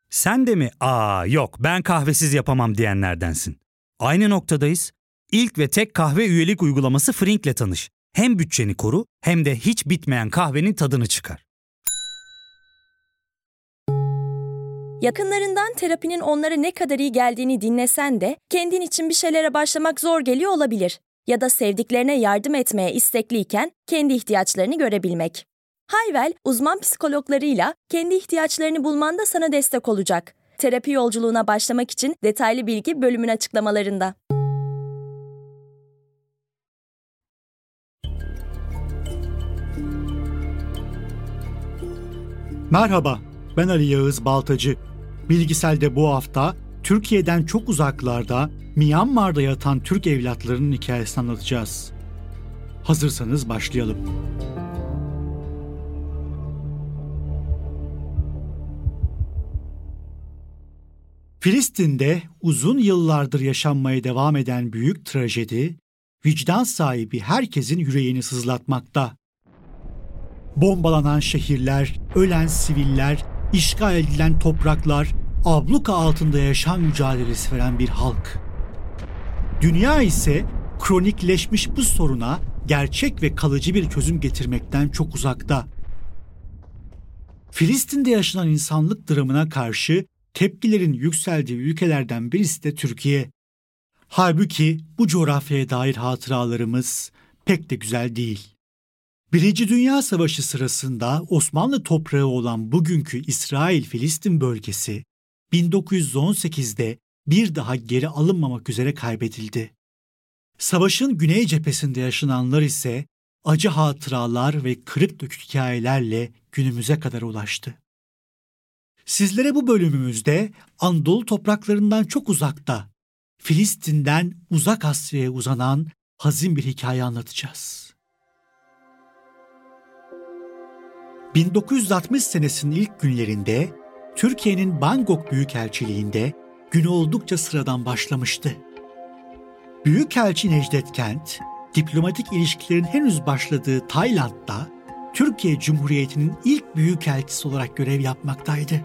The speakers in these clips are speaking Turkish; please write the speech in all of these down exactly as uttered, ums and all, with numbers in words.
Sen de mi "Aa yok ben kahvesiz yapamam" diyenlerdensin? Aynı noktadayız. İlk ve tek kahve üyelik uygulaması Frink'le tanış. Hem bütçeni koru hem de hiç bitmeyen kahvenin tadını çıkar. Yakınlarından terapinin onlara ne kadar iyi geldiğini dinlesen de kendin için bir şeylere başlamak zor geliyor olabilir. Ya da sevdiklerine yardım etmeye istekliyken kendi ihtiyaçlarını görebilmek. Hayvel, uzman psikologlarıyla kendi ihtiyaçlarını bulmanda sana destek olacak. Terapi yolculuğuna başlamak için detaylı bilgi bölümün açıklamalarında. Merhaba, ben Ali Yağız Baltacı. Bilgisel'de bu hafta Türkiye'den çok uzaklarda, Myanmar'da yatan Türk evlatlarının hikayesini anlatacağız. Hazırsanız başlayalım. Filistin'de uzun yıllardır yaşanmaya devam eden büyük trajedi, vicdan sahibi herkesin yüreğini sızlatmakta. Bombalanan şehirler, ölen siviller, işgal edilen topraklar, abluka altında yaşam mücadelesi veren bir halk. Dünya ise kronikleşmiş bu soruna gerçek ve kalıcı bir çözüm getirmekten çok uzakta. Filistin'de yaşanan insanlık dramına karşı tepkilerin yükseldiği ülkelerden birisi de Türkiye. Halbuki bu coğrafyaya dair hatıralarımız pek de güzel değil. Birinci Dünya Savaşı sırasında Osmanlı toprağı olan bugünkü İsrail-Filistin bölgesi bin dokuz yüz on sekizde bir daha geri alınmamak üzere kaybedildi. Savaşın güney cephesinde yaşananlar ise acı hatıralar ve kırık dökük hikayelerle günümüze kadar ulaştı. Sizlere bu bölümümüzde Anadolu topraklarından çok uzakta, Filistin'den uzak Asya'ya uzanan hazin bir hikaye anlatacağız. bin dokuz yüz altmış senesinin ilk günlerinde Türkiye'nin Bangkok Büyükelçiliği'nde günü oldukça sıradan başlamıştı. Büyükelçi Necdet Kent, diplomatik ilişkilerin henüz başladığı Tayland'da Türkiye Cumhuriyeti'nin ilk büyükelçisi olarak görev yapmaktaydı.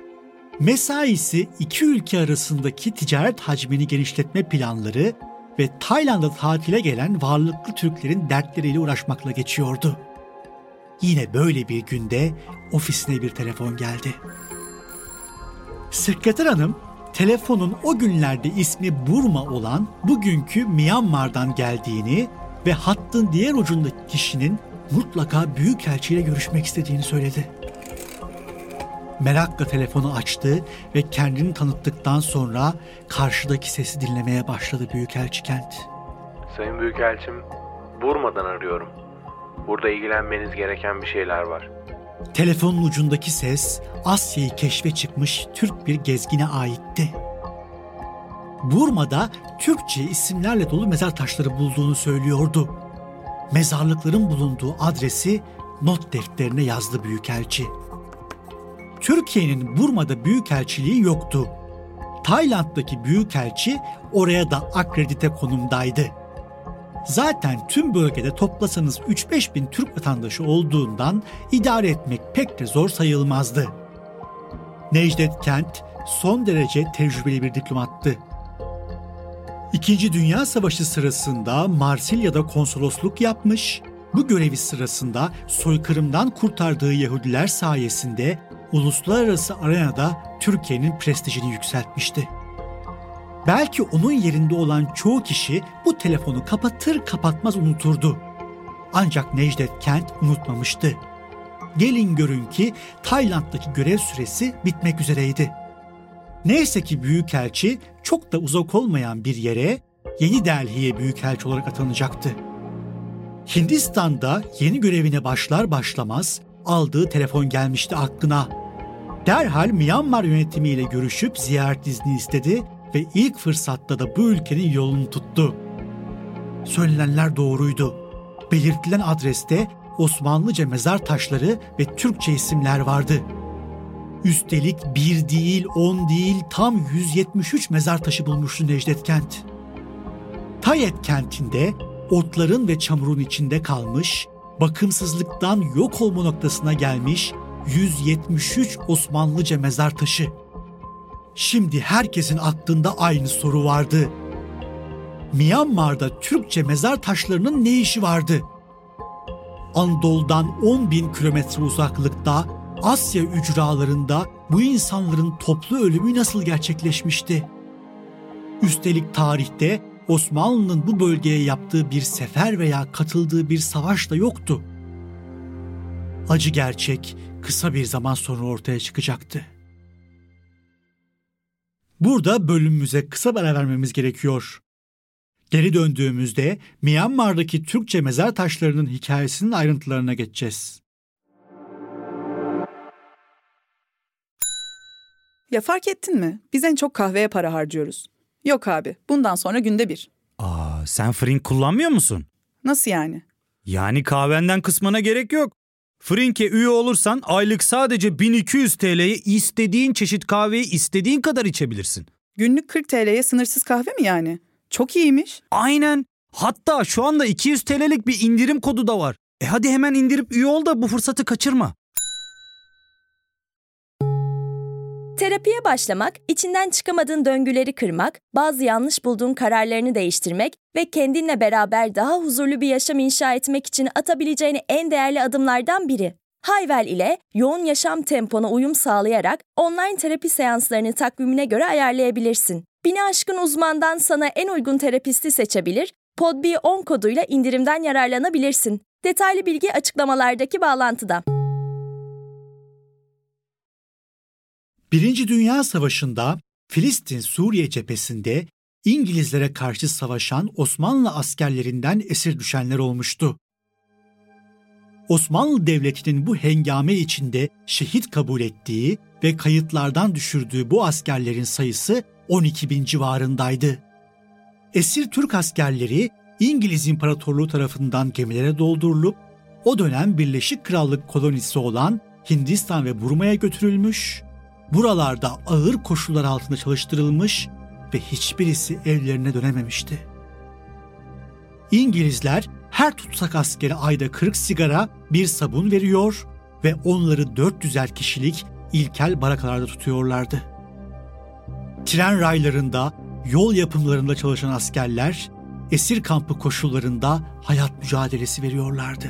Mesaisi iki ülke arasındaki ticaret hacmini genişletme planları ve Tayland'a tatile gelen varlıklı Türklerin dertleriyle uğraşmakla geçiyordu. Yine böyle bir günde ofisine bir telefon geldi. Sekreter hanım, telefonun o günlerde ismi Burma olan bugünkü Myanmar'dan geldiğini ve hattın diğer ucundaki kişinin mutlaka büyükelçiyle görüşmek istediğini söyledi. Merakla telefonu açtı ve kendini tanıttıktan sonra karşıdaki sesi dinlemeye başladı Büyükelçi Kent. Sayın Büyükelçim, Burma'dan arıyorum. Burada ilgilenmeniz gereken bir şeyler var. Telefonun ucundaki ses Asya'yı keşfe çıkmış Türk bir gezgine aitti. Burma'da Türkçe isimlerle dolu mezar taşları bulduğunu söylüyordu. Mezarlıkların bulunduğu adresi not defterine yazdı Büyükelçi. Türkiye'nin Burma'da büyükelçiliği yoktu. Tayland'daki büyükelçi oraya da akredite konumdaydı. Zaten tüm bölgede toplasanız üç beş bin Türk vatandaşı olduğundan idare etmek pek de zor sayılmazdı. Necdet Kent son derece tecrübeli bir diplomattı. İkinci Dünya Savaşı sırasında Marsilya'da konsolosluk yapmış, bu görevi sırasında soykırımdan kurtardığı Yahudiler sayesinde uluslararası arenada Türkiye'nin prestijini yükseltmişti. Belki onun yerinde olan çoğu kişi bu telefonu kapatır kapatmaz unuturdu. Ancak Necdet Kent unutmamıştı. Gelin görün ki Tayland'daki görev süresi bitmek üzereydi. Neyse ki büyükelçi çok da uzak olmayan bir yere, Yeni Delhi'ye büyükelçi olarak atanacaktı. Hindistan'da yeni görevine başlar başlamaz aldığı telefon gelmişti aklına. Derhal Myanmar yönetimiyle görüşüp ziyaret izni istedi ve ilk fırsatta da bu ülkenin yolunu tuttu. Söylenenler doğruydu. Belirtilen adreste Osmanlıca mezar taşları ve Türkçe isimler vardı. Üstelik bir değil, on değil, tam yüz yetmiş üç mezar taşı bulmuştu Necdet Kent. Tayet kentinde otların ve çamurun içinde kalmış, bakımsızlıktan yok olma noktasına gelmiş yüz yetmiş üç Osmanlıca mezar taşı. Şimdi herkesin aklında aynı soru vardı. Myanmar'da Türkçe mezar taşlarının ne işi vardı? Anadolu'dan on bin kilometre uzaklıkta Asya ücralarında bu insanların toplu ölümü nasıl gerçekleşmişti? Üstelik tarihte Osmanlı'nın bu bölgeye yaptığı bir sefer veya katıldığı bir savaş da yoktu. Acı gerçek kısa bir zaman sonra ortaya çıkacaktı. Burada bölümümüze kısa bir ara vermemiz gerekiyor. Geri döndüğümüzde Myanmar'daki Türkçe mezar taşlarının hikayesinin ayrıntılarına geçeceğiz. Ya fark ettin mi? Biz en çok kahveye para harcıyoruz. Yok abi, bundan sonra günde bir. Aa, sen Frink kullanmıyor musun? Nasıl yani? Yani kahvenden kısmına gerek yok. Frink'e üye olursan aylık sadece bin iki yüz T L'ye istediğin çeşit kahveyi istediğin kadar içebilirsin. Günlük kırk T L'ye sınırsız kahve mi yani? Çok iyiymiş. Aynen. Hatta şu anda iki yüz T L'lik bir indirim kodu da var. E hadi hemen indirip üye ol da bu fırsatı kaçırma. Terapiye başlamak, içinden çıkamadığın döngüleri kırmak, bazı yanlış bulduğun kararlarını değiştirmek ve kendinle beraber daha huzurlu bir yaşam inşa etmek için atabileceğin en değerli adımlardan biri. Hayvel ile yoğun yaşam tempona uyum sağlayarak online terapi seanslarını takvimine göre ayarlayabilirsin. Bini aşkın uzmandan sana en uygun terapisti seçebilir, Pod B on koduyla indirimden yararlanabilirsin. Detaylı bilgi açıklamalardaki bağlantıda. Birinci Dünya Savaşı'nda Filistin-Suriye cephesinde İngilizlere karşı savaşan Osmanlı askerlerinden esir düşenler olmuştu. Osmanlı Devleti'nin bu hengame içinde şehit kabul ettiği ve kayıtlardan düşürdüğü bu askerlerin sayısı on iki bin civarındaydı. Esir Türk askerleri İngiliz İmparatorluğu tarafından gemilere doldurulup o dönem Birleşik Krallık kolonisi olan Hindistan ve Burma'ya götürülmüş, buralarda ağır koşullar altında çalıştırılmış ve hiçbirisi evlerine dönememişti. İngilizler her tutsak askere ayda kırk sigara, bir sabun veriyor ve onları dört yüzer kişilik ilkel barakalarda tutuyorlardı. Tren raylarında, yol yapımlarında çalışan askerler, esir kampı koşullarında hayat mücadelesi veriyorlardı.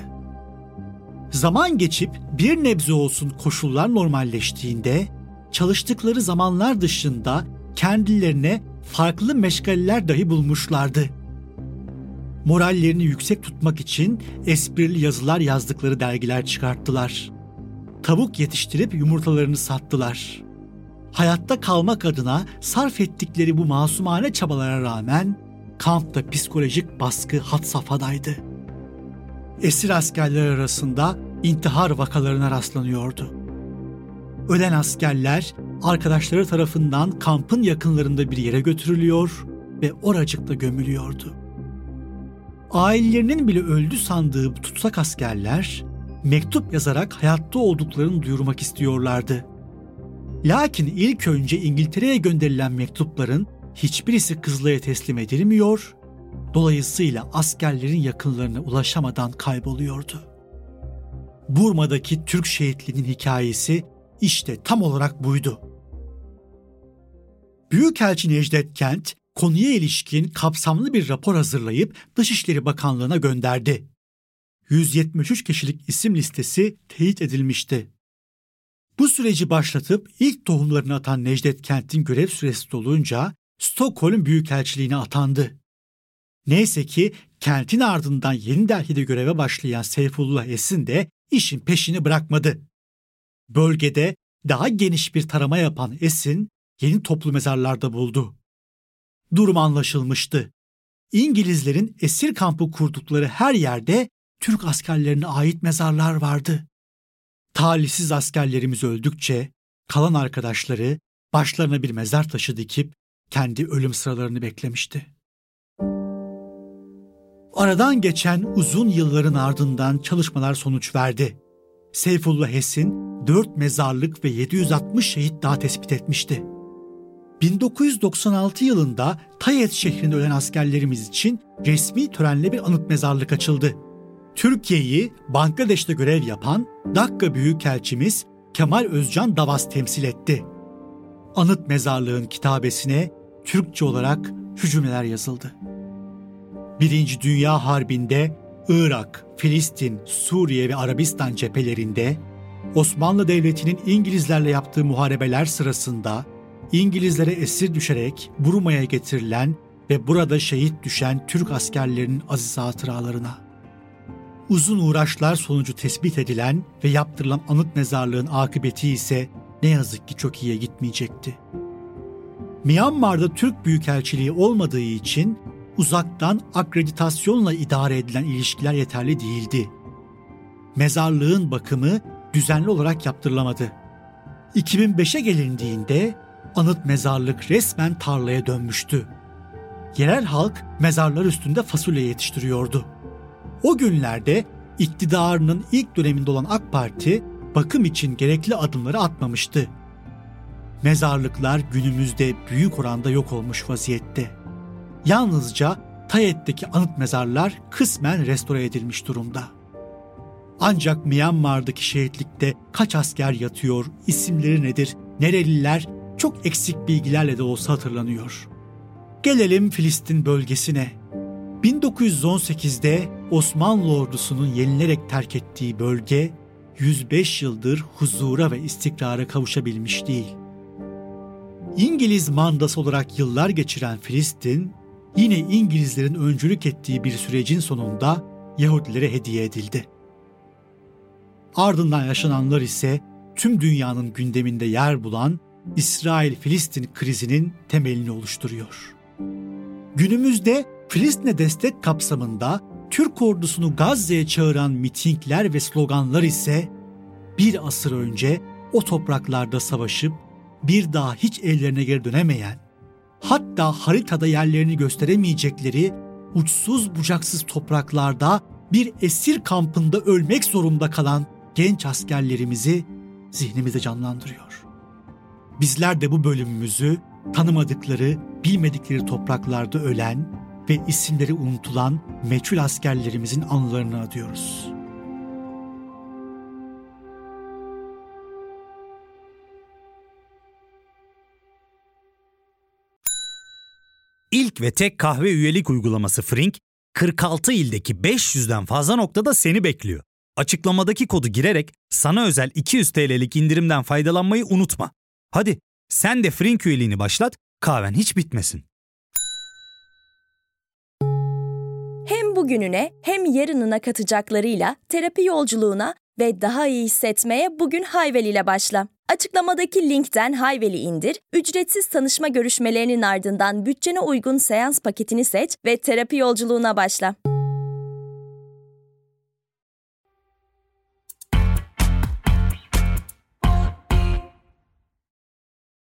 Zaman geçip bir nebze olsun koşullar normalleştiğinde, çalıştıkları zamanlar dışında kendilerine farklı meşgaleler dahi bulmuşlardı. Morallerini yüksek tutmak için esprili yazılar yazdıkları dergiler çıkarttılar. Tavuk yetiştirip yumurtalarını sattılar. Hayatta kalmak adına sarf ettikleri bu masumane çabalara rağmen kampta psikolojik baskı had safhadaydı. Esir askerler arasında intihar vakalarına rastlanıyordu. Ölen askerler arkadaşları tarafından kampın yakınlarında bir yere götürülüyor ve oracıkta gömülüyordu. Ailelerinin bile öldü sandığı bu tutsak askerler mektup yazarak hayatta olduklarını duyurmak istiyorlardı. Lakin ilk önce İngiltere'ye gönderilen mektupların hiçbirisi Kızılay'a teslim edilmiyor, dolayısıyla askerlerin yakınlarına ulaşamadan kayboluyordu. Burma'daki Türk şehitliğinin hikayesi işte tam olarak buydu. Büyükelçi Necdet Kent, konuya ilişkin kapsamlı bir rapor hazırlayıp Dışişleri Bakanlığı'na gönderdi. yüz yetmiş üç kişilik isim listesi teyit edilmişti. Bu süreci başlatıp ilk tohumlarını atan Necdet Kent'in görev süresi dolunca Stockholm Büyükelçiliğine atandı. Neyse ki Kent'in ardından Yeni Delhi'de göreve başlayan Seyfullah Esin de işin peşini bırakmadı. Bölgede daha geniş bir tarama yapan Esin yeni toplu mezarlarda buldu. Durum anlaşılmıştı. İngilizlerin esir kampı kurdukları her yerde Türk askerlerine ait mezarlar vardı. Talihsiz askerlerimiz öldükçe kalan arkadaşları başlarına bir mezar taşı dikip kendi ölüm sıralarını beklemişti. Aradan geçen uzun yılların ardından çalışmalar sonuç verdi. Seyfullah Esin dört mezarlık ve yedi yüz altmış şehit daha tespit etmişti. bin dokuz yüz doksan altı yılında Tayet şehrinde ölen askerlerimiz için resmi törenle bir anıt mezarlık açıldı. Türkiye'yi Bangladeş'te görev yapan Dakka Büyükelçimiz Kemal Özcan Davas temsil etti. anıt mezarlığın kitabesine Türkçe olarak şu cümleler yazıldı. Birinci Dünya Harbi'nde Irak, Filistin, Suriye ve Arabistan cephelerinde Osmanlı Devleti'nin İngilizlerle yaptığı muharebeler sırasında İngilizlere esir düşerek Burma'ya getirilen ve burada şehit düşen Türk askerlerinin aziz hatıralarına. Uzun uğraşlar sonucu tespit edilen ve yaptırılan anıt mezarlığın akıbeti ise ne yazık ki çok iyiye gitmeyecekti. Myanmar'da Türk Büyükelçiliği olmadığı için uzaktan akreditasyonla idare edilen ilişkiler yeterli değildi. Mezarlığın bakımı düzenli olarak yaptırılamadı. iki bin beşe gelindiğinde anıt mezarlık resmen tarlaya dönmüştü. Yerel halk mezarlar üstünde fasulye yetiştiriyordu. O günlerde iktidarının ilk döneminde olan AK Parti bakım için gerekli adımları atmamıştı. Mezarlıklar günümüzde büyük oranda yok olmuş vaziyette. Yalnızca Tayet'teki anıt mezarlar kısmen restore edilmiş durumda. Ancak Myanmar'daki şehitlikte kaç asker yatıyor, isimleri nedir, nereliler çok eksik bilgilerle de olsa hatırlanıyor. Gelelim Filistin bölgesine. bin dokuz yüz on sekizde Osmanlı ordusunun yenilerek terk ettiği bölge yüz beş yıldır huzura ve istikrara kavuşabilmiş değil. İngiliz mandası olarak yıllar geçiren Filistin, yine İngilizlerin öncülük ettiği bir sürecin sonunda Yahudilere hediye edildi. Ardından yaşananlar ise tüm dünyanın gündeminde yer bulan İsrail-Filistin krizinin temelini oluşturuyor. Günümüzde Filistin'e destek kapsamında Türk ordusunu Gazze'ye çağıran mitingler ve sloganlar ise bir asır önce o topraklarda savaşıp bir daha hiç ellerine geri dönemeyen, hatta haritada yerlerini gösteremeyecekleri uçsuz bucaksız topraklarda bir esir kampında ölmek zorunda kalan genç askerlerimizi zihnimizde canlandırıyor. Bizler de bu bölümümüzü tanımadıkları, bilmedikleri topraklarda ölen ve isimleri unutulan meçhul askerlerimizin anılarını adıyoruz. İlk ve tek kahve üyelik uygulaması Frink, kırk altı ildeki beş yüzden fazla noktada seni bekliyor. Açıklamadaki kodu girerek sana özel iki yüz TL'lik indirimden faydalanmayı unutma. Hadi sen de Frink üyeliğini başlat, kahven hiç bitmesin. Hem bugününe hem yarınına katacaklarıyla terapi yolculuğuna ve daha iyi hissetmeye bugün Hayvel ile başla. Açıklamadaki linkten Hayvel'i indir, ücretsiz tanışma görüşmelerinin ardından bütçene uygun seans paketini seç ve terapi yolculuğuna başla.